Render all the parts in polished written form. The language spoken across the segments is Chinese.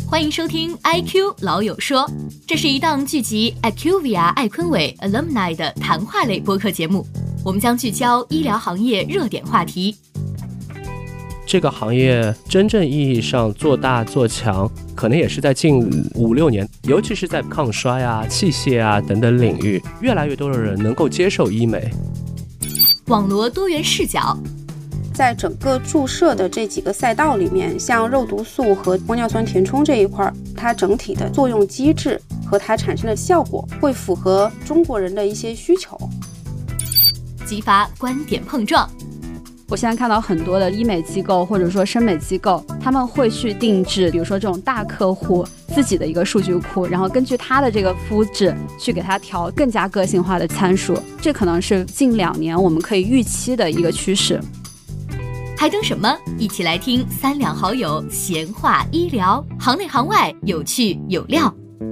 欢迎收听 IQ 老友说，这是一档聚集 IQVIA 艾坤伟 alumni 的谈话类播客节目，我们将聚焦医疗行业热点话题。 这个行业真正意义上做大做强，可能也是在近5-6年，尤其是在抗衰啊、器械啊等等领域，越来越多的人能够接受医美。 网罗多元视角， 在整个注射的这几个赛道里面，像肉毒素和玻尿酸填充这一块，它整体的作用机制和它产生的效果会符合中国人的一些需求， 激发观点碰撞。 我现在看到很多的医美机构或者说生美机构，他们会去定制比如说这种大客户自己的一个数据库，然后根据他的这个肤质去给他调更加个性化的参数，这可能是近2年我们可以预期的一个趋势。 还等什么？一起来听三两好友闲话医疗，行内行外，有趣有料。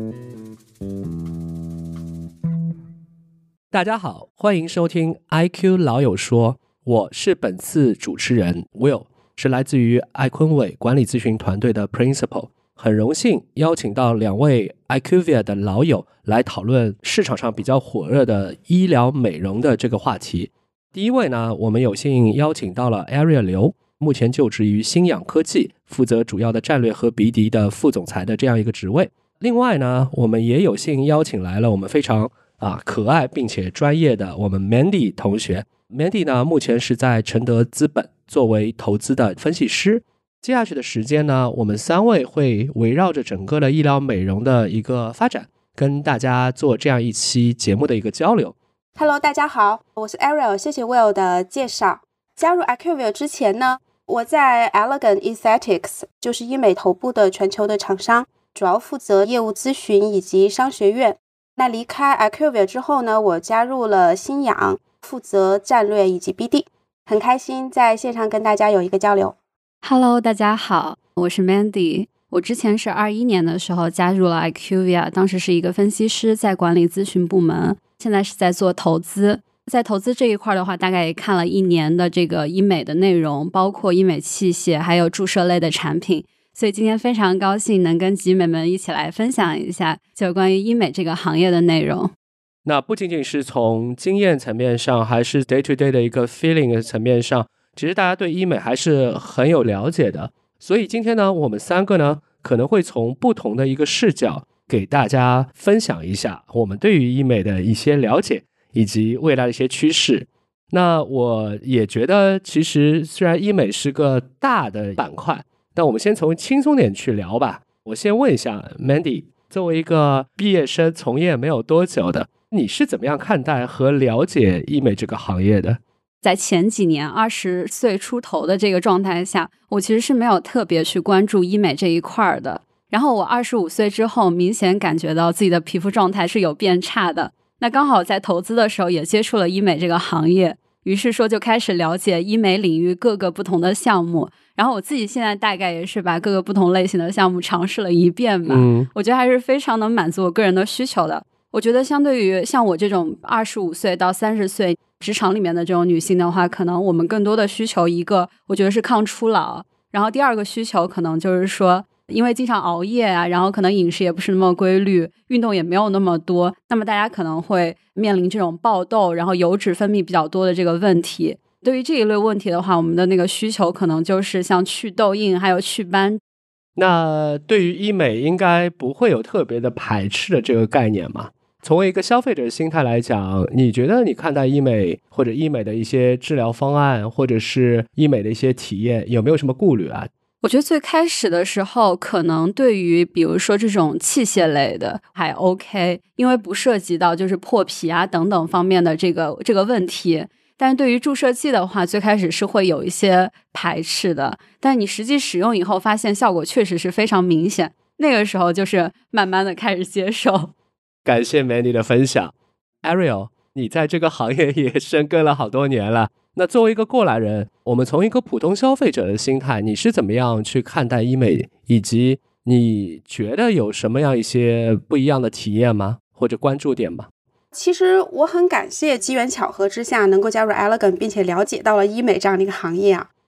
大家好，欢迎收听 IQ 老友说，我是本次主持人 Will， 是来自于艾坤伟管理咨询团队的 Principal， 很荣幸邀请到2位 IQVIA 的老友来讨论市场上比较火热的医疗美容的这个话题。第一位呢，我们有幸邀请到了 Ariel 刘，目前就职于新氧科技，负责主要的战略和BD的副总裁的这样一个职位。另外呢，我们也有幸邀请来了我们非常可爱并且专业的我们 Mandy 同学。Mandy 呢，目前是在承德资本作为投资的分析师。接下去的时间呢，我们3位会围绕着整个的医疗美容的一个发展，跟大家做这样一期节目的一个交流。 Hello， 大家好，我是 Ariel， 谢谢 Will 的介绍。加入 IQVIA 之前呢，我在 Elegant Aesthetics， 就是医美头部的全球的厂商，主要负责业务咨询以及商学院。那离开 IQVIA 之后呢，我加入了新氧，负责战略以及 BD， 很开心在线上跟大家有一个交流。 Hello， 大家好，我是 Mandy。我之前是21年的时候加入了 IQVIA， 当时是一个分析师，在管理咨询部门，现在是在做投资。在投资这一块的话，大概也看了1年的这个医美的内容，包括医美器械还有注射类的产品，所以今天非常高兴能跟集美们一起来分享一下就关于医美这个行业的内容。 那不仅仅是从经验层面上，还是 day to day 的一个 feeling 的层面上，其实大家对医美还是很有了解的。所以今天呢，我们3个呢可能会从不同的一个视角给大家分享一下我们对于医美的一些了解以及未来的一些趋势。那我也觉得其实虽然医美是个大的板块，但我们先从轻松点去聊吧。我先问一下 Mandy， 作为一个毕业生从业没有多久的，你是怎么样看待和了解医美这个行业的？ 在前几年20岁出头的这个状态下，我其实是没有特别去关注医美这一块的。然后我25岁之后，明显感觉到自己的皮肤状态是有变差的。那刚好在投资的时候也接触了医美这个行业，于是说就开始了解医美领域各个不同的项目。然后我自己现在大概也是把各个不同类型的项目尝试了一遍吧。我觉得还是非常能满足我个人的需求的。我觉得相对于像我这种25岁到30岁职场里面的这种女性的话，可能我们更多的需求，一个我觉得是抗初老，然后第二个需求可能就是说因为经常熬夜啊，然后可能饮食也不是那么规律，运动也没有那么多，那么大家可能会面临这种爆痘，然后油脂分泌比较多的这个问题。对于这一类问题的话，我们的那个需求可能就是像祛痘印还有祛斑。 那对于医美应该不会有特别的排斥的这个概念吗？从一个消费者的心态来讲，你觉得你看待医美或者医美的一些治疗方案，或者是医美的一些体验，有没有什么顾虑啊？ 我觉得最开始的时候，可能对于比如说这种器械类的还 OK， 因为不涉及到就是破皮啊等等方面的这个问题。但是对于注射剂的话，最开始是会有一些排斥的，但你实际使用以后发现效果确实是非常明显，那个时候就是慢慢的开始接受。 感谢 Mandy 的分享。 Ariel， 你在这个行业也深耕了好多年了，那作为一个过来人，我们从一个普通消费者的心态，你是怎么样去看待医美，以及你觉得有什么样一些不一样的体验吗？或者关注点吗？ 其实我很感谢机缘巧合之下能够加入 Elegant， 并且了解到了医美这样的一个行业啊。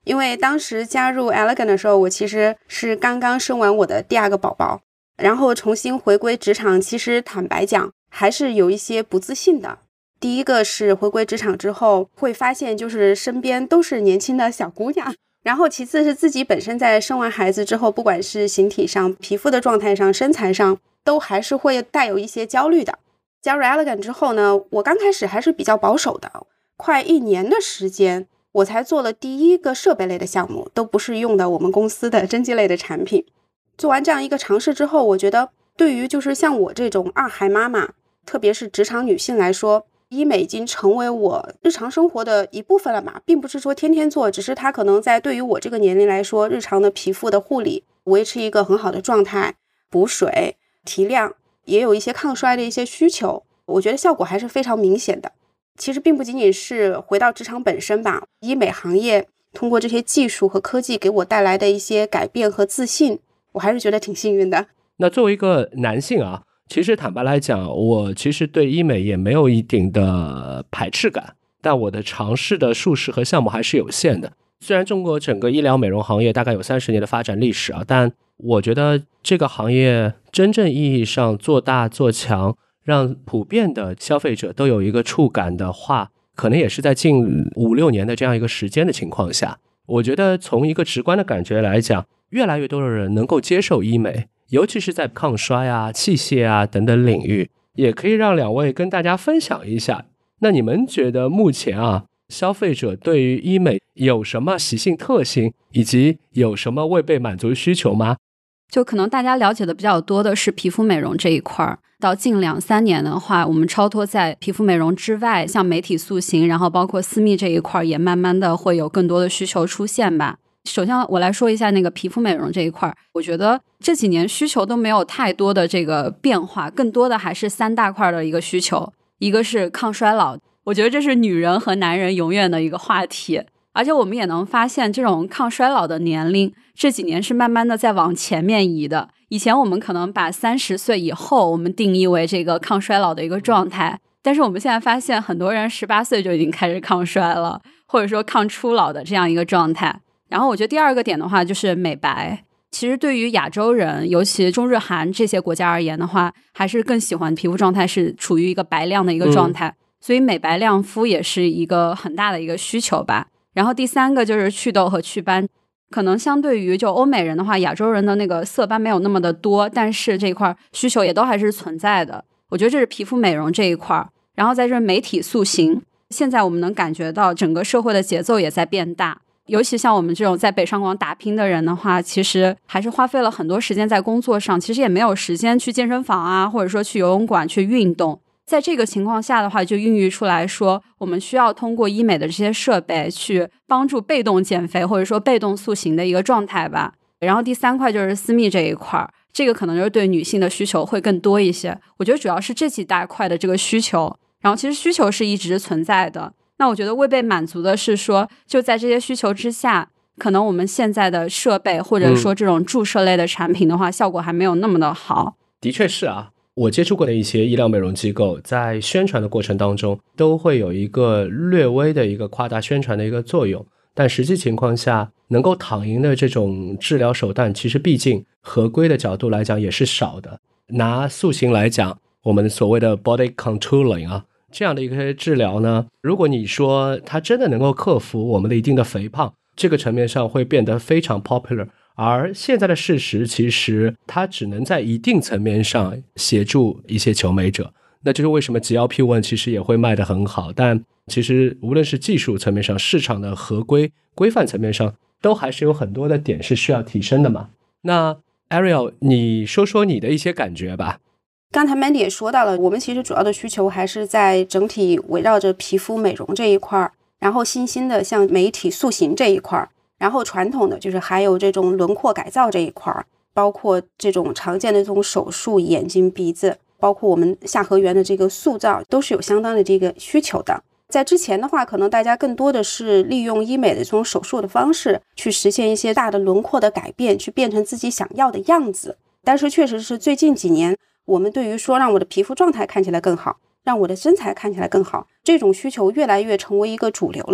因为当时加入 Elegant 的时候，我其实是刚刚生完我的第2个宝宝，然后重新回归职场，其实坦白讲还是有一些不自信的。第一个是回归职场之后会发现就是身边都是年轻的小姑娘，然后其次是自己本身在生完孩子之后，不管是形体上、皮肤的状态上、身材上，都还是会带有一些焦虑的。加入 Elegant 之后呢，我刚开始还是比较保守的，快1年的时间我才做了第1个设备类的项目，都不是用的我们公司的针剂类的产品。做完这样一个尝试之后，我觉得对于就是像我这种2孩妈妈，特别是职场女性来说，医美已经成为我日常生活的一部分了嘛，并不是说天天做，只是它可能在对于我这个年龄来说，日常的皮肤的护理，维持一个很好的状态，补水、提亮，也有一些抗衰的一些需求，我觉得效果还是非常明显的。其实并不仅仅是回到职场本身吧，医美行业通过这些技术和科技给我带来的一些改变和自信，我还是觉得挺幸运的。 那作为一个男性啊，其实坦白来讲，我其实对医美也没有一定的排斥感，但我的尝试的术式和项目还是有限的。虽然中国整个医疗美容行业大概有30年的发展历史啊，但我觉得这个行业真正意义上做大做强，让普遍的消费者都有一个触感的话，可能也是在近5-6年的这样一个时间的情况下。我觉得从一个直观的感觉来讲，越来越多的人能够接受医美，尤其是在抗衰啊、器械啊等等领域，也可以让2位跟大家分享一下。那你们觉得目前啊，消费者对于医美有什么习性特性，以及有什么未被满足需求吗？ 就可能大家了解的比较多的是皮肤美容这一块，到近2-3年的话，我们超脱在皮肤美容之外，像美体塑形，然后包括私密这一块，也慢慢的会有更多的需求出现吧。首先我来说一下那个皮肤美容这一块，我觉得这几年需求都没有太多的这个变化，更多的还是3大块的一个需求。一个是抗衰老，我觉得这是女人和男人永远的一个话题，而且我们也能发现这种抗衰老的年龄这几年是慢慢的在往前面移的。以前我们可能把30岁以后我们定义为这个抗衰老的一个状态，但是我们现在发现很多人18岁就已经开始抗衰了，或者说抗初老的这样一个状态。然后我觉得第2个点的话就是美白，其实对于亚洲人，尤其中日韩这些国家而言的话，还是更喜欢皮肤状态是处于一个白亮的一个状态，所以美白亮肤也是一个很大的一个需求吧。然后第3个就是祛痘和祛斑，可能相对于就欧美人的话，亚洲人的那个色斑没有那么的多，但是这一块需求也都还是存在的。我觉得这是皮肤美容这一块。然后在这美体塑形，现在我们能感觉到整个社会的节奏也在变大，尤其像我们这种在北上广打拼的人的话，其实还是花费了很多时间在工作上，其实也没有时间去健身房啊，或者说去游泳馆去运动。在这个情况下的话，就孕育出来说我们需要通过医美的这些设备去帮助被动减肥或者说被动塑形的一个状态吧。然后第3块就是私密这一块，这个可能就是对女性的需求会更多一些。我觉得主要是这几大块的这个需求，然后其实需求是一直存在的。那我觉得未被满足的是说，就在这些需求之下，可能我们现在的设备或者说这种注射类的产品的话，效果还没有那么的好。 的确是啊，我接触过的一些医疗美容机构在宣传的过程当中都会有一个略微的一个夸大宣传的一个作用，但实际情况下能够躺赢的这种治疗手段，其实毕竟合规的角度来讲也是少的。拿塑形来讲，我们所谓的 body contouring 啊，这样的一个治疗呢，如果你说它真的能够克服我们的一定的肥胖，这个层面上会变得非常 popular。而现在的事实，其实它只能在一定层面上协助一些求美者，那就是为什么 GLP-1 其实也会卖得很好，但其实无论是技术层面上、市场的合规规范层面上，都还是有很多的点是需要提升的嘛。那 Ariel， 你说说你的一些感觉吧。 刚才 Mandy 也说到了，我们其实主要的需求还是在整体围绕着皮肤美容这一块，然后新兴的像美体塑形这一块，然后传统的就是还有这种轮廓改造这一块，包括这种常见的这种手术，眼睛、鼻子，包括我们下颌缘的这个塑造，都是有相当的这个需求的。在之前的话，可能大家更多的是利用医美的这种手术的方式去实现一些大的轮廓的改变，去变成自己想要的样子。但是确实是最近几年，我们对于说让我的皮肤状态看起来更好，让我的身材看起来更好，这种需求越来越成为一个主流了。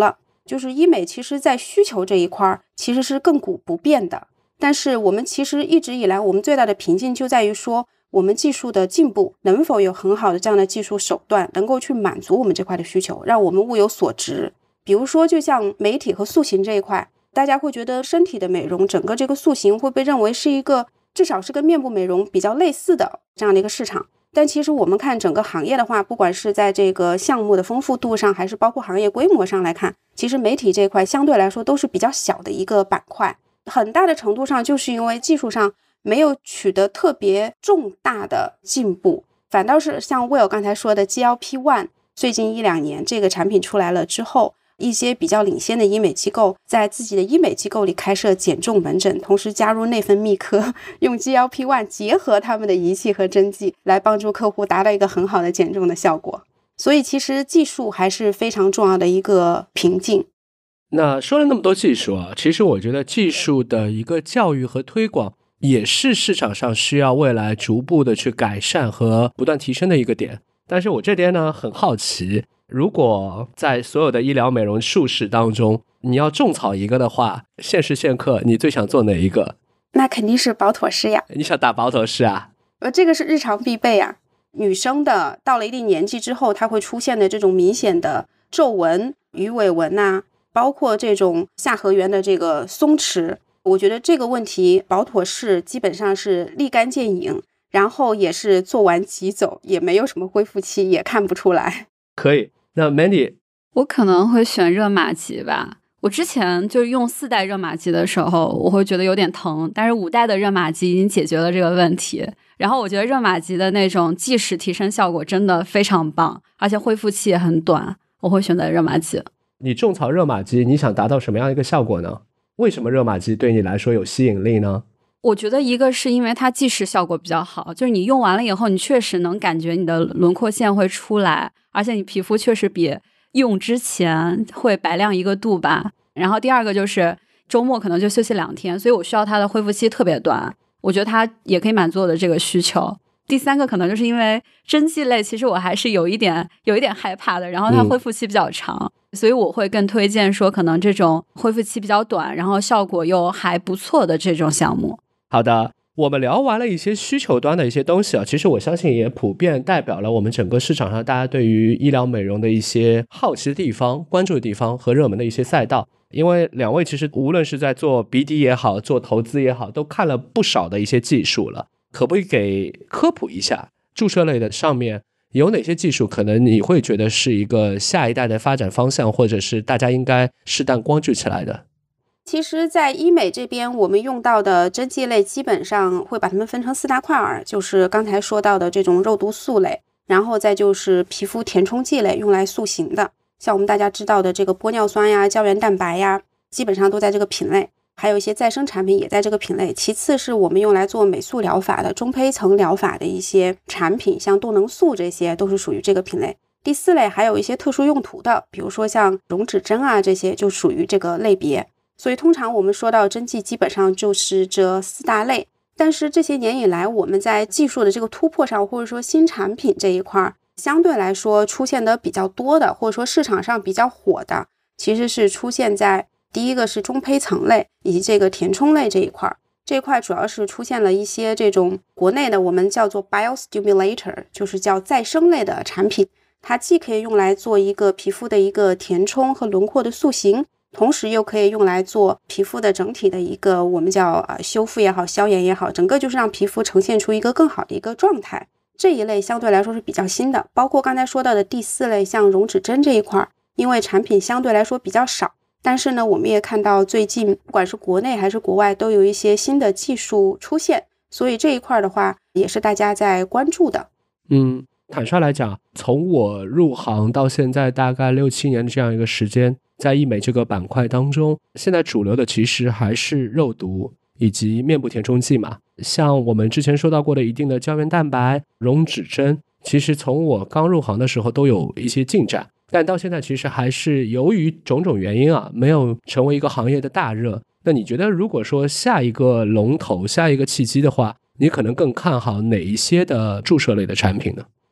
就是医美其实在需求这一块其实是亘古不变的，但是我们其实一直以来我们最大的瓶颈就在于说我们技术的进步能否有很好的这样的技术手段能够去满足我们这块的需求，让我们物有所值。比如说就像美体和塑形这一块，大家会觉得身体的美容整个这个塑形会被认为是一个至少是跟面部美容比较类似的这样的一个市场，但其实我们看整个行业的话，不管是在这个项目的丰富度上还是包括行业规模上来看，其实美体这一块相对来说都是比较小的一个板块，很大的程度上就是因为技术上没有取得特别重大的进步，反倒是像 Will 刚才说的 GLP-1 最近1-2年这个产品出来了之后，一些比较领先的医美机构在自己的医美机构里开设减重门诊，同时加入内分泌科，用 GLP-1 结合他们的仪器和针剂来帮助客户达到一个很好的减重的效果。所以其实技术还是非常重要的一个瓶颈。 那说了那么多技术啊，其实我觉得技术的一个教育和推广也是市场上需要未来逐步的去改善和不断提升的一个点。但是我这边呢很好奇，如果在所有的医疗美容术式当中你要种草一个的话，现时现刻你最想做哪一个？ 那肯定是保妥适呀。 你想打保妥适啊？ 这个是日常必备啊。女生的到了一定年纪之后，它会出现的这种明显的皱纹、鱼尾纹啊，包括这种下颌缘的这个松弛，我觉得这个问题保妥适基本上是立竿见影，然后也是做完即走，也没有什么恢复期，也看不出来。 可以。那 Mandy， 我可能会选热玛吉吧。我之前就是用4代热玛吉的时候，我会觉得有点疼，但是5代的热玛吉已经解决了这个问题。然后我觉得热玛吉的那种即时提升效果真的非常棒，而且恢复期也很短，我会选择热玛吉。 你种草热玛吉，你想达到什么样一个效果呢？为什么热玛吉对你来说有吸引力呢？ 我觉得一个是因为它即时效果比较好，就是你用完了以后，你确实能感觉你的轮廓线会出来，而且你皮肤确实比用之前会白亮1个度吧。然后第二个就是周末可能就休息2天，所以我需要它的恢复期特别短，我觉得它也可以满足我的这个需求。第三个可能就是因为针剂类其实我还是有一点害怕的，然后它恢复期比较长，所以我会更推荐说可能这种恢复期比较短，然后效果又还不错的这种项目。 好的，我们聊完了一些需求端的一些东西啊，其实我相信也普遍代表了我们整个市场上大家对于医疗美容的一些好奇的地方、关注的地方和热门的一些赛道。因为两位其实无论是在做 BD 也好，做投资也好，都看了不少的一些技术了，可不可以给科普一下注射类的上面有哪些技术可能你会觉得是一个下一代的发展方向，或者是大家应该适当关注起来的？ 其实在医美这边我们用到的针剂类基本上会把它们分成4大块儿，就是刚才说到的这种肉毒素类，然后再就是皮肤填充剂类用来塑形的，像我们大家知道的这个玻尿酸呀、胶原蛋白呀，基本上都在这个品类，还有一些再生产品也在这个品类。其次是我们用来做美塑疗法的中胚层疗法的一些产品，像动能素，这些都是属于这个品类。第4类还有一些特殊用途的，比如说像溶脂针啊，这些就属于这个类别。所以通常我们说到针剂基本上就是这4大类，但是这些年以来我们在技术的这个突破上，或者说新产品这一块相对来说出现的比较多的，或者说市场上比较火的，其实是出现在第一个是中胚层类以及这个填充类这一块。这一块主要是出现了一些这种国内的我们叫做 biostimulator， 就是叫再生类的产品，它既可以用来做一个皮肤的一个填充和轮廓的塑形，同时又可以用来做皮肤的整体的一个我们叫修复也好、消炎也好，整个就是让皮肤呈现出一个更好的一个状态。这一类相对来说是比较新的，包括刚才说到的第4类像溶脂针这一块，因为产品相对来说比较少，但是呢我们也看到最近不管是国内还是国外都有一些新的技术出现，所以这一块的话也是大家在关注的。 坦率来讲，从我入行到现在大概6-7年的这样一个时间，在医美这个板块当中，现在主流的其实还是肉毒以及面部填充剂嘛，像我们之前说到过的一定的胶原蛋白、溶脂针，其实从我刚入行的时候都有一些进展，但到现在其实还是由于种种原因啊，没有成为一个行业的大热。那你觉得如果说下一个龙头、下一个契机的话，你可能更看好哪一些的注射类的产品呢？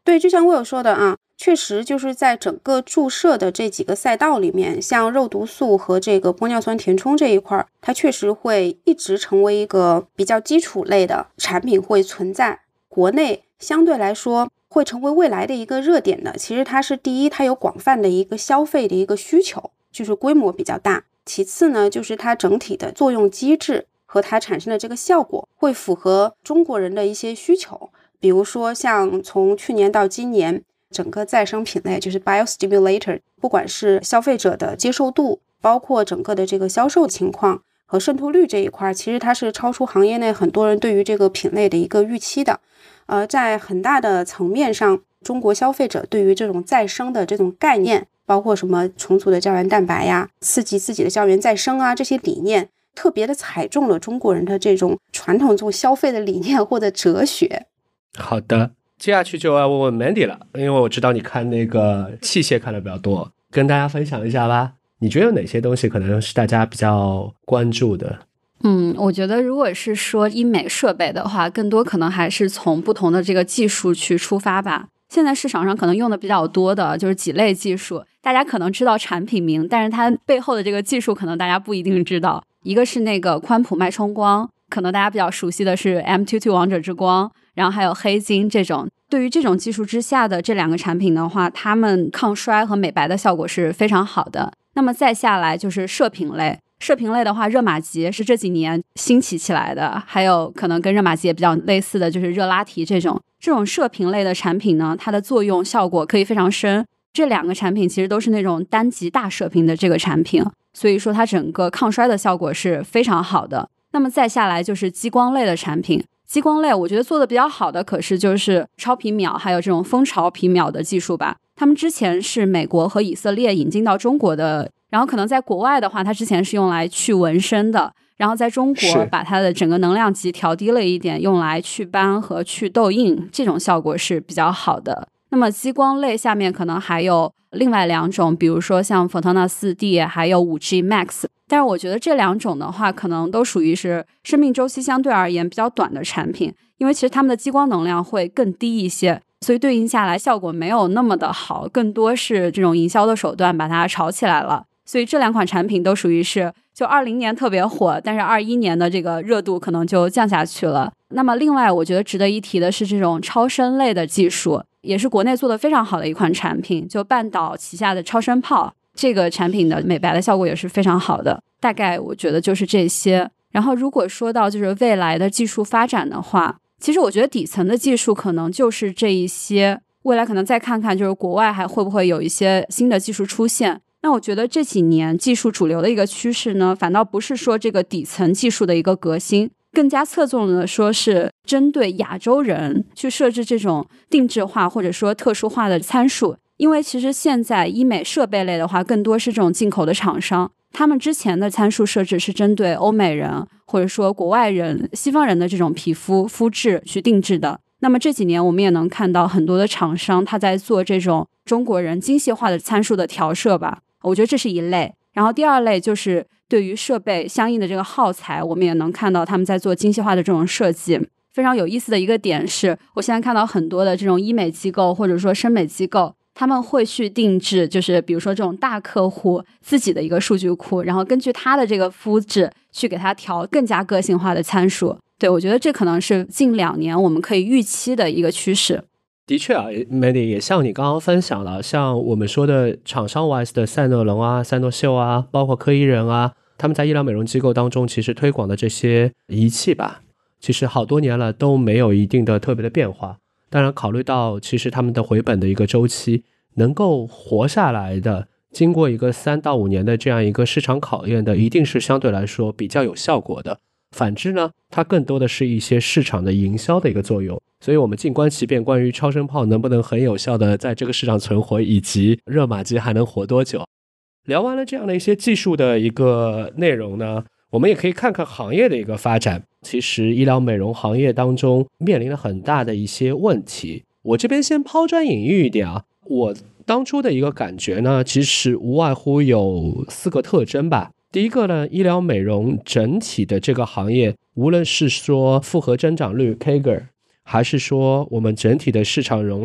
对，就像我有说的啊，确实就是在整个注射的这几个赛道里面，像肉毒素和这个玻尿酸填充这一块，它确实会一直成为一个比较基础类的产品会存在。国内相对来说会成为未来的一个热点的，其实它是第一，它有广泛的一个消费的一个需求，就是规模比较大。其次呢，就是它整体的作用机制和它产生的这个效果会符合中国人的一些需求。比如说像从去年到今年，整个再生品类就是 biostimulator， 不管是消费者的接受度，包括整个的这个销售情况和渗透率这一块，其实它是超出行业内很多人对于这个品类的一个预期的。在很大的层面上，中国消费者对于这种再生的这种概念，包括什么重组的胶原蛋白呀，刺激自己的胶原再生啊，这些理念特别的踩中了中国人的这种传统这种消费的理念或者哲学。 好的，接下去就要问问 Mandy 了，因为我知道你看那个器械看的比较多，跟大家分享一下吧。你觉得有哪些东西可能是大家比较关注的？ 我觉得如果是说医美设备的话，更多可能还是从不同的这个技术去出发吧。现在市场上可能用的比较多的就是几类技术，大家可能知道产品名，但是它背后的这个技术可能大家不一定知道。一个是那个宽谱脉冲光，可能大家比较熟悉的是 M22 王者之光，然后还有黑金这种。对于这种技术之下的这两个产品的话，它们抗衰和美白的效果是非常好的。那么再下来就是射频类，射频类的话，热玛吉是这几年兴起起来的，还有可能跟热玛吉也比较类似的就是热拉提这种射频类的产品呢，它的作用效果可以非常深。这两个产品其实都是那种单极大射频的这个产品，所以说它整个抗衰的效果是非常好的。那么再下来就是激光类的产品，激光类我觉得做的比较好的可是就是超皮秒还有这种蜂巢皮秒的技术吧。他们之前是美国和以色列引进到中国的，然后可能在国外的话它之前是用来去纹身的，然后在中国把它的整个能量级调低了一点，用来祛斑和去痘印，这种效果是比较好的。那么激光类下面可能还有另外两种，比如说像 Photona 4D 还有 5G Max， 但是我觉得这两种的话可能都属于是生命周期相对而言比较短的产品，因为其实它们的激光能量会更低一些，所以对应下来效果没有那么的好，更多是这种营销的手段把它炒起来了。所以这两款产品都属于是就20年特别火，但是21年的这个热度可能就降下去了。那么另外我觉得值得一提的是这种超声类的技术，也是国内做的非常好的一款产品，就半岛旗下的超声炮，这个产品的美白的效果也是非常好的。大概我觉得就是这些。然后如果说到就是未来的技术发展的话，其实我觉得底层的技术可能就是这一些，未来可能再看看就是国外还会不会有一些新的技术出现。那我觉得这几年技术主流的一个趋势呢，反倒不是说这个底层技术的一个革新，更加侧重的说是针对亚洲人去设置这种定制化或者说特殊化的参数。因为其实现在医美设备类的话更多是这种进口的厂商，他们之前的参数设置是针对欧美人或者说国外人西方人的这种皮肤肤质去定制的。那么这几年我们也能看到很多的厂商他在做这种中国人精细化的参数的调设吧，我觉得这是一类。然后第二类就是对于设备相应的这个耗材，我们也能看到他们在做精细化的这种设计。非常有意思的一个点是，我现在看到很多的这种医美机构或者说生美机构，他们会去定制就是比如说这种大客户自己的一个数据库，然后根据他的这个肤质去给他调更加个性化的参数。对，我觉得这可能是近2年我们可以预期的一个趋势。 的确啊 Mandy 也像你刚刚分享了，像我们说的厂商 wise 的赛诺龙啊、赛诺秀啊，包括科医人啊，他们在医疗美容机构当中其实推广的这些仪器吧，其实好多年了都没有一定的特别的变化。当然考虑到其实他们的回本的一个周期，能够活下来的，经过一个3到5年的这样一个市场考验的，一定是相对来说比较有效果的。反之呢，它更多的是一些市场的营销的一个作用。所以我们静观其变，关于超声炮能不能很有效的在这个市场存活，以及热玛吉还能活多久。聊完了这样的一些技术的一个内容呢，我们也可以看看行业的一个发展。其实医疗美容行业当中面临了很大的一些问题，我这边先抛砖引玉一点啊。我当初的一个感觉呢，其实无外乎有4个特征吧。第一个呢，医疗美容整体的这个行业，无论是说复合增长率 CAGR， 还是说我们整体的市场容量，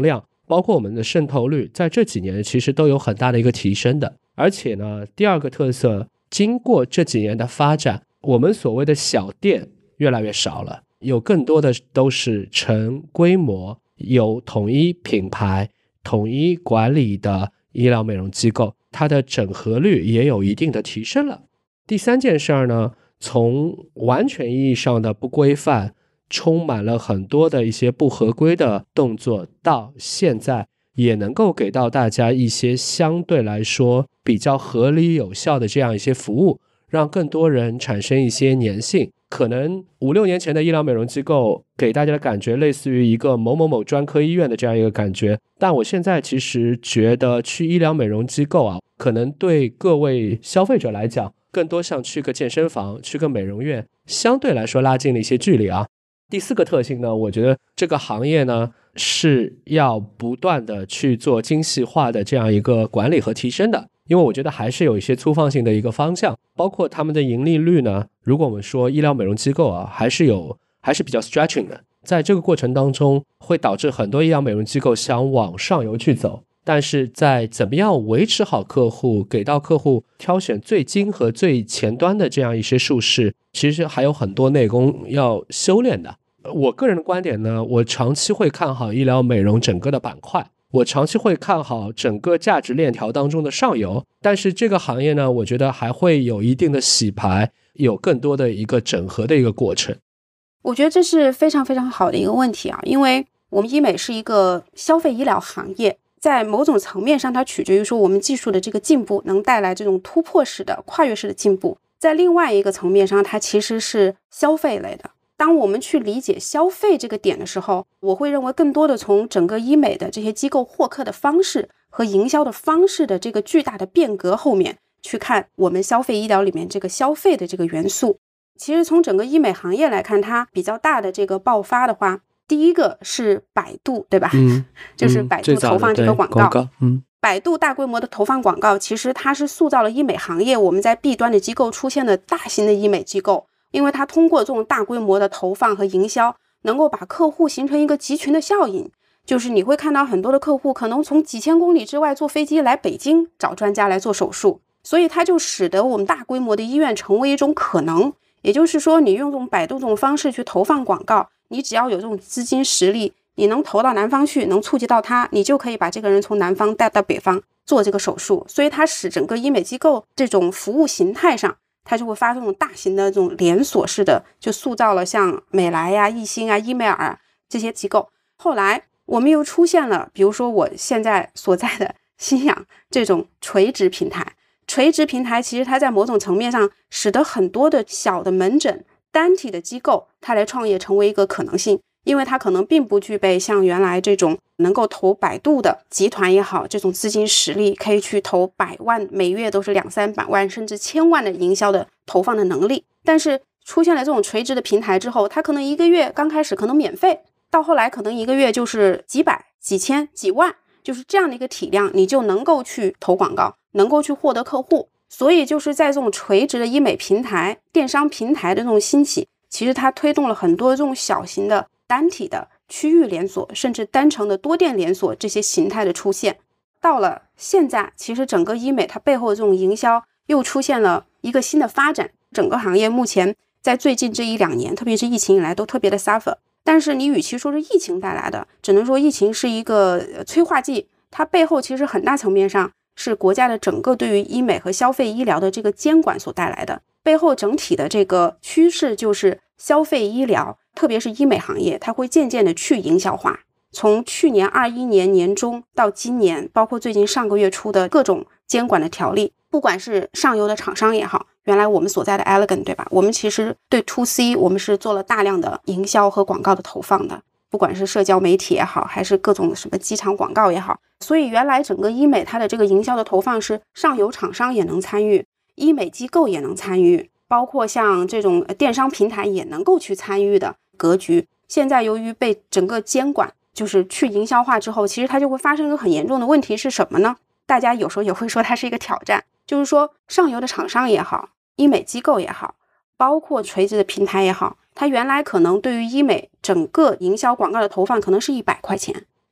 包括我们的渗透率，在这几年其实都有很大的一个提升的。而且呢，第二个特色，经过这几年的发展，我们所谓的小店越来越少了，有更多的都是成规模、有统一品牌、统一管理的医疗美容机构，它的整合率也有一定的提升了。第三件事呢，从完全意义上的不规范，充满了很多的一些不合规的动作，到现在也能够给到大家一些相对来说比较合理有效的这样一些服务，让更多人产生一些粘性。可能5-6年前的医疗美容机构给大家的感觉类似于一个某某某专科医院的这样一个感觉，但我现在其实觉得去医疗美容机构啊，可能对各位消费者来讲更多像去个健身房、去个美容院，相对来说拉近了一些距离啊。第四个特性呢，我觉得这个行业呢是要不断的去做精细化的这样一个管理和提升的，因为我觉得还是有一些粗放性的一个方向，包括他们的盈利率呢，如果我们说医疗美容机构啊，还是比较 stretching 的，在这个过程当中会导致很多医疗美容机构想往上游去走，但是在怎么样维持好客户，给到客户挑选最精和最前端的这样一些术式，其实还有很多内功要修炼的。我个人的观点呢，我长期会看好医疗美容整个的板块，我长期会看好整个价值链条当中的上游，但是这个行业呢，我觉得还会有一定的洗牌，有更多的一个整合的一个过程。 我觉得这是非常非常好的一个问题啊，因为我们医美是一个消费医疗行业，在某种层面上它取决于说我们技术的这个进步能带来这种突破式的跨越式的进步，在另外一个层面上它其实是消费类的。当我们去理解消费这个点的时候，我会认为更多的从整个医美的这些机构获客的方式和营销的方式的这个巨大的变革后面去看我们消费医疗里面这个消费的这个元素。其实从整个医美行业来看，它比较大的这个爆发的话，第一个是百度，对吧？就是百度投放这个广告。百度大规模的投放广告，其实它是塑造了医美行业我们在 B 端的机构出现的大型的医美机构，因为它通过这种大规模的投放和营销，能够把客户形成一个集群的效应，就是你会看到很多的客户可能从几千公里之外坐飞机来北京找专家来做手术，所以它就使得我们大规模的医院成为一种可能。也就是说，你用这种百度这种方式去投放广告，你只要有这种资金实力，你能投到南方去，能触及到他，你就可以把这个人从南方带到北方做这个手术。所以它使整个医美机构这种服务形态上，它就会发生这种大型的这种连锁式的，就塑造了像美莱呀、易星啊、伊美尔这些机构。后来我们又出现了，比如说我现在所在的新氧这种垂直平台。垂直平台其实它在某种层面上使得很多的小的门诊单体的机构它来创业成为一个可能性，因为它可能并不具备像原来这种能够投百度的集团也好，这种资金实力可以去投100万，每月都是200-300万甚至1000万的营销的投放的能力。但是出现了这种垂直的平台之后，它可能一个月刚开始可能免费，到后来可能一个月就是几百、几千、几万，就是这样的一个体量，你就能够去投广告，能够去获得客户。所以就是在这种垂直的医美平台、电商平台的这种兴起，其实它推动了很多这种小型的单体的区域连锁，甚至单城的多店连锁这些形态的出现。到了现在，其实整个医美它背后的这种营销又出现了一个新的发展。整个行业目前在最近这1-2年，特别是疫情以来都特别的 suffer， 但是你与其说是疫情带来的，只能说疫情是一个催化剂，它背后其实很大层面上是国家的整个对于医美和消费医疗的这个监管所带来的。背后整体的这个趋势就是消费医疗，特别是医美行业，它会渐渐的去营销化。从去年21年年中到今年，包括最近上个月出的各种监管的条例，不管是上游的厂商也好，原来我们所在的 Elegant 对吧，我们其实对 2C 我们是做了大量的营销和广告的投放的，不管是社交媒体也好，还是各种什么机场广告也好。所以原来整个医美它的这个营销的投放是上游厂商也能参与，医美机构也能参与，包括像这种电商平台也能够去参与的格局。现在由于被整个监管就是去营销化之后，其实它就会发生一个很严重的问题是什么呢？大家有时候也会说它是一个挑战，就是说上游的厂商也好，医美机构也好，包括垂直的平台也好，它原来可能对于医美整个营销广告的投放可能是100块钱，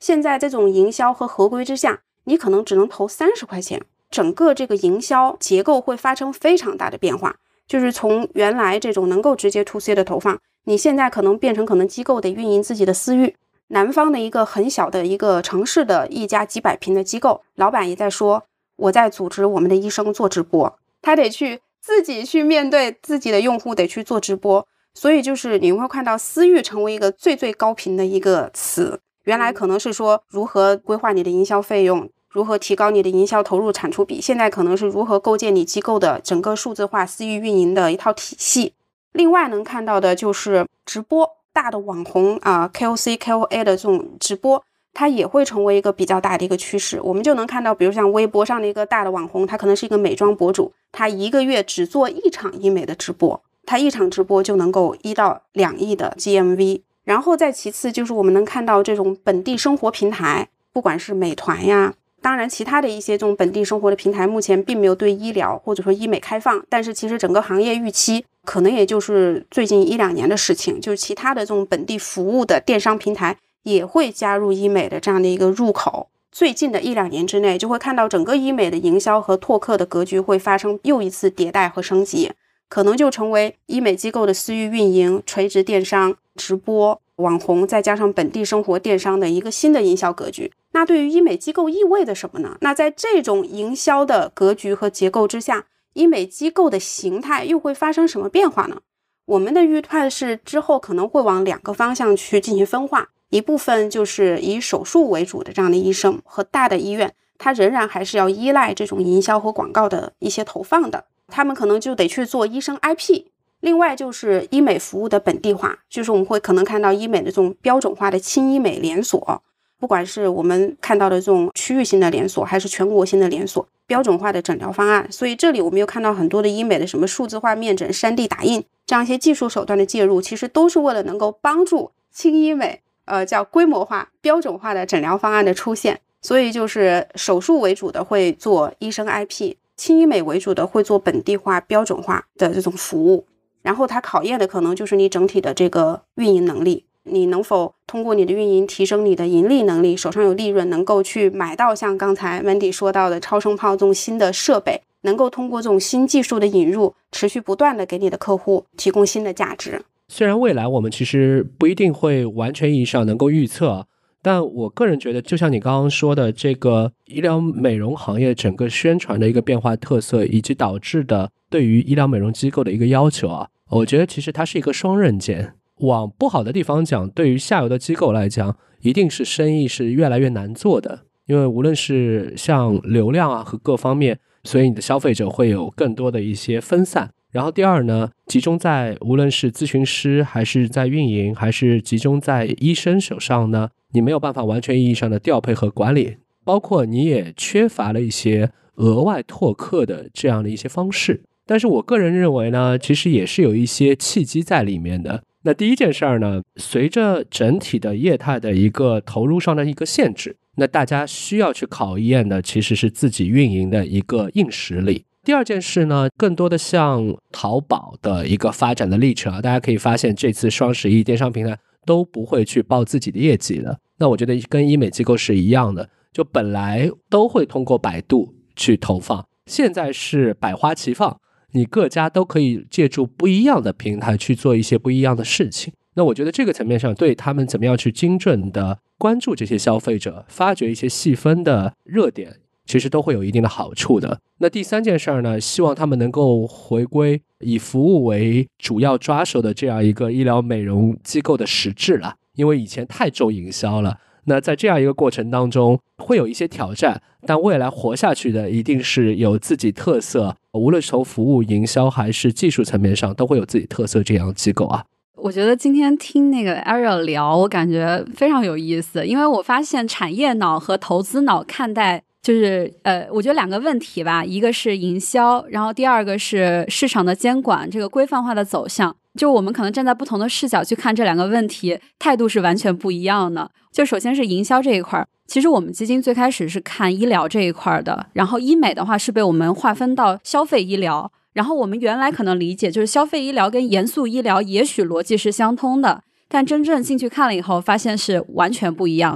现在这种营销和合规之下，你可能只能投30块钱，整个这个营销结构会发生非常大的变化，就是从原来这种能够直接 to C 的投放，你现在可能变成可能机构得运营自己的私域。南方的一个很小的一个城市的一家几百平的机构，老板也在说，我在组织我们的医生做直播，他得去自己去面对自己的用户，得去做直播。所以就是你会看到私域成为一个最高频的一个词，原来可能是说如何规划你的营销费用，如何提高你的营销投入产出比，现在可能是如何构建你机构的整个数字化私域运营的一套体系。另外能看到的就是直播，大的网红KOC KOA 的这种直播，它也会成为一个比较大的一个趋势。我们就能看到比如像微博上的一个大的网红，他可能是一个美妆博主，他一个月只做1场医美的直播，他1场直播就能够1到2亿的 GMV。 然后再其次就是我们能看到这种本地生活平台，不管是美团呀，当然其他的一些这种本地生活的平台目前并没有对医疗或者说医美开放，但是其实整个行业预期可能也就是最近1-2年的事情，就是其他的这种本地服务的电商平台也会加入医美的这样的一个入口。最近的1-2年之内，就会看到整个医美的营销和拓客的格局会发生又一次迭代和升级，可能就成为医美机构的私域运营、垂直电商、直播、网红，再加上本地生活电商的一个新的营销格局。那对于医美机构意味着什么呢？那在这种营销的格局和结构之下，医美机构的形态又会发生什么变化呢？我们的预判是之后可能会往2个方向去进行分化，一部分就是以手术为主的这样的医生和大的医院，它仍然还是要依赖这种营销和广告的一些投放的，他们可能就得去做医生 IP。 另外就是医美服务的本地化，就是我们会可能看到医美的这种标准化的轻医美连锁，不管是我们看到的这种区域性的连锁还是全国性的连锁，标准化的诊疗方案。所以这里我们又看到很多的医美的什么数字化面诊、3D 打印这样一些技术手段的介入，其实都是为了能够帮助轻医美叫规模化标准化的诊疗方案的出现。所以就是手术为主的会做医生 IP， 轻医美为主的会做本地化标准化的这种服务，然后它考验的可能就是你整体的这个运营能力，你能否通过你的运营提升你的盈利能力，手上有利润，能够去买到像刚才 Mandy 说到的超声炮这种新的设备，能够通过这种新技术的引入，持续不断的给你的客户提供新的价值。 虽然未来我们其实不一定会完全意义上能够预测，但我个人觉得就像你刚刚说的，这个医疗美容行业整个宣传的一个变化特色，以及导致的对于医疗美容机构的一个要求我觉得其实它是一个双刃剑。往不好的地方讲，对于下游的机构来讲，一定是生意是越来越难做的，因为无论是像流量和各方面，所以你的消费者会有更多的一些分散。然后第二呢，集中在无论是咨询师还是在运营，还是集中在医生手上呢，你没有办法完全意义上的调配和管理，包括你也缺乏了一些额外拓客的这样的一些方式。但是我个人认为呢，其实也是有一些契机在里面的。那第一件事儿呢，随着整体的业态的一个投入上的一个限制，那大家需要去考验的其实是自己运营的一个硬实力。第二件事呢，更多的像淘宝的一个发展的历程大家可以发现这次双11电商平台都不会去报自己的业绩了。那我觉得跟医美机构是一样的，就本来都会通过百度去投放，现在是百花齐放，你各家都可以借助不一样的平台去做一些不一样的事情。那我觉得这个层面上对他们怎么样去精准的关注这些消费者，发掘一些细分的热点，其实都会有一定的好处的。那第三件事呢，希望他们能够回归以服务为主要抓手的这样一个医疗美容机构的实质了，因为以前太重营销了。那在这样一个过程当中会有一些挑战，但未来活下去的一定是有自己特色，无论是从服务营销还是技术层面上都会有自己特色这样的机构我觉得今天听那个 Ariel 聊，我感觉非常有意思，因为我发现产业脑和投资脑看待就是我觉得2个问题吧，一个是营销，然后第二个是市场的监管，这个规范化的走向。就我们可能站在不同的视角去看这2个问题，态度是完全不一样的。就首先是营销这一块，其实我们基金最开始是看医疗这一块的，然后医美的话是被我们划分到消费医疗，然后我们原来可能理解就是消费医疗跟严肃医疗也许逻辑是相通的，但真正进去看了以后发现是完全不一样的。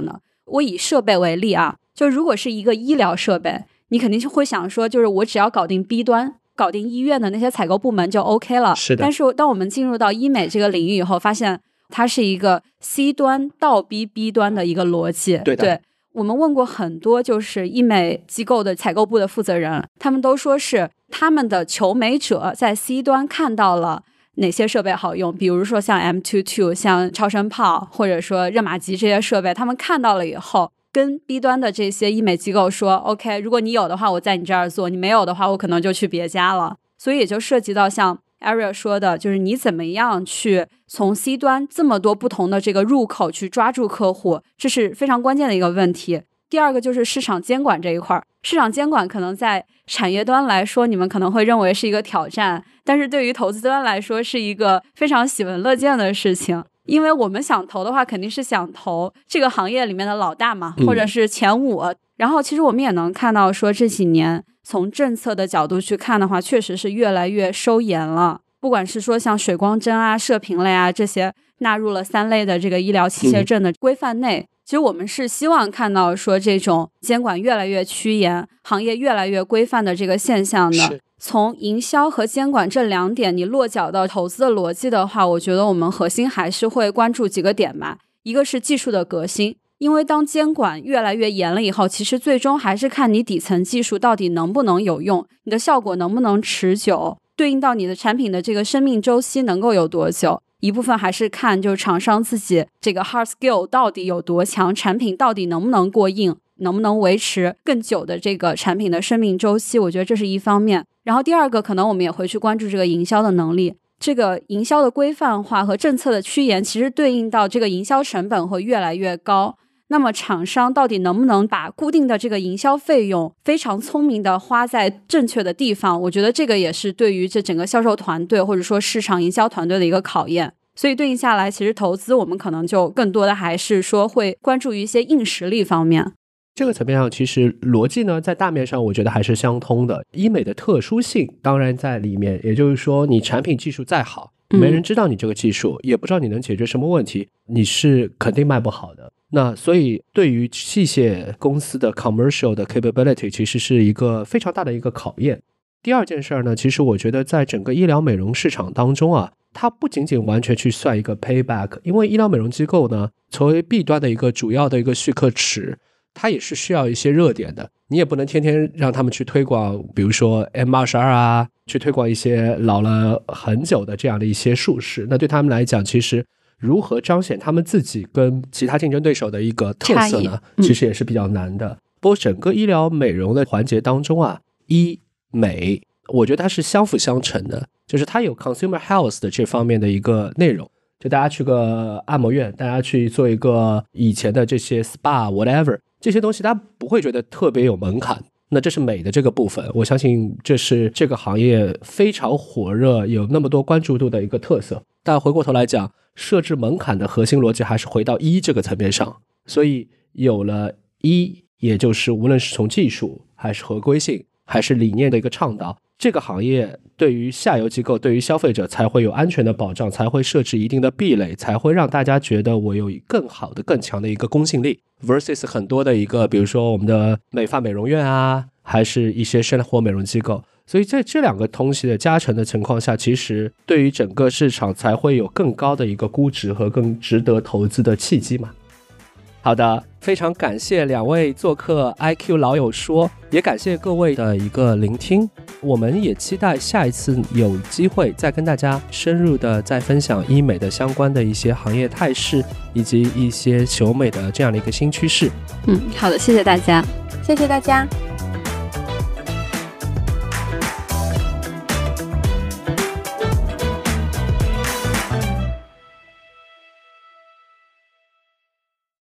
我以设备为例啊，就如果是一个医疗设备，你肯定会想说，就是我只要搞定 B 端，搞定医院的那些采购部门就 OK 了。 是的。 但是当我们进入到医美这个领域以后，发现它是一个 C 端倒逼 B 端的一个逻辑。 对的。 对，我们问过很多就是医美机构的采购部的负责人，他们都说是他们的求美者在 C 端看到了哪些设备好用，比如说像 M22 像超声炮或者说热玛吉这些设备，他们看到了以后跟 B 端的这些医美机构说 OK， 如果你有的话我在你这儿做，你没有的话我可能就去别家了。所以也就涉及到像 Ariel 说的，就是你怎么样去从 C 端这么多不同的这个入口去抓住客户，这是非常关键的一个问题。第二个就是市场监管这一块，市场监管可能在产业端来说你们可能会认为是一个挑战，但是对于投资端来说是一个非常喜闻乐见的事情。因为我们想投的话肯定是想投这个行业里面的老大嘛，或者是前5。然后其实我们也能看到说这几年从政策的角度去看的话，确实是越来越收严了，不管是说像水光针啊、射频类啊这些纳入了3类的这个医疗器械证的规范内，其实我们是希望看到说这种监管越来越趋严，行业越来越规范的这个现象的。从营销和监管这2点你落脚到投资的逻辑的话，我觉得我们核心还是会关注几个点吧。一个是技术的革新，因为当监管越来越严了以后，其实最终还是看你底层技术到底能不能有用，你的效果能不能持久，对应到你的产品的这个生命周期能够有多久。一部分还是看就是厂商自己这个 hard skill 到底有多强，产品到底能不能过硬，能不能维持更久的这个产品的生命周期，我觉得这是一方面。然后第二个可能我们也会去关注这个营销的能力，这个营销的规范化和政策的趋严其实对应到这个营销成本会越来越高，那么厂商到底能不能把固定的这个营销费用非常聪明的花在正确的地方，我觉得这个也是对于这整个销售团队或者说市场营销团队的一个考验。所以对应下来，其实投资我们可能就更多的还是说会关注于一些硬实力方面。 这个层面上其实逻辑呢在大面上我觉得还是相通的，医美的特殊性当然在里面，也就是说你产品技术再好，没人知道你这个技术，也不知道你能解决什么问题，你是肯定卖不好的。那所以对于器械公司的 commercial 的 capability 其实是一个非常大的一个考验。第二件事呢，其实我觉得在整个医疗美容市场当中啊，它不仅仅完全去算一个 payback， 因为医疗美容机构呢作为 B 端的一个主要的一个续客池，它也是需要一些热点的，你也不能天天让他们去推广比如说 M22 啊，去推广一些老了很久的这样的一些术式，那对他们来讲其实如何彰显他们自己跟其他竞争对手的一个特色呢，其实也是比较难的。不过整个医疗美容的环节当中啊，医美我觉得它是相辅相成的，就是它有 consumer health 的这方面的一个内容，就大家去个按摩院，大家去做一个以前的这些 spa whatever， 这些东西大家不会觉得特别有门槛，那这是美的这个部分，我相信这是这个行业非常火热有那么多关注度的一个特色。但回过头来讲，设置门槛的核心逻辑还是回到医这个层面上，所以有了医，也就是无论是从技术还是合规性还是理念的一个倡导，这个行业对于下游机构对于消费者才会有安全的保障，才会设置一定的壁垒，才会让大家觉得我有更好的更强的一个公信力 versus 很多的一个比如说我们的美发美容院啊，还是一些生活美容机构。所以在这两个东西的加成的情况下，其实对于整个市场才会有更高的一个估值和更值得投资的契机嘛。好的，非常感谢两位做客 IQ 老友说，也感谢各位的一个聆听，我们也期待下一次有机会再跟大家深入的再分享医美的相关的一些行业态势以及一些求美的这样的一个新趋势。 好的，谢谢大家。 谢谢大家。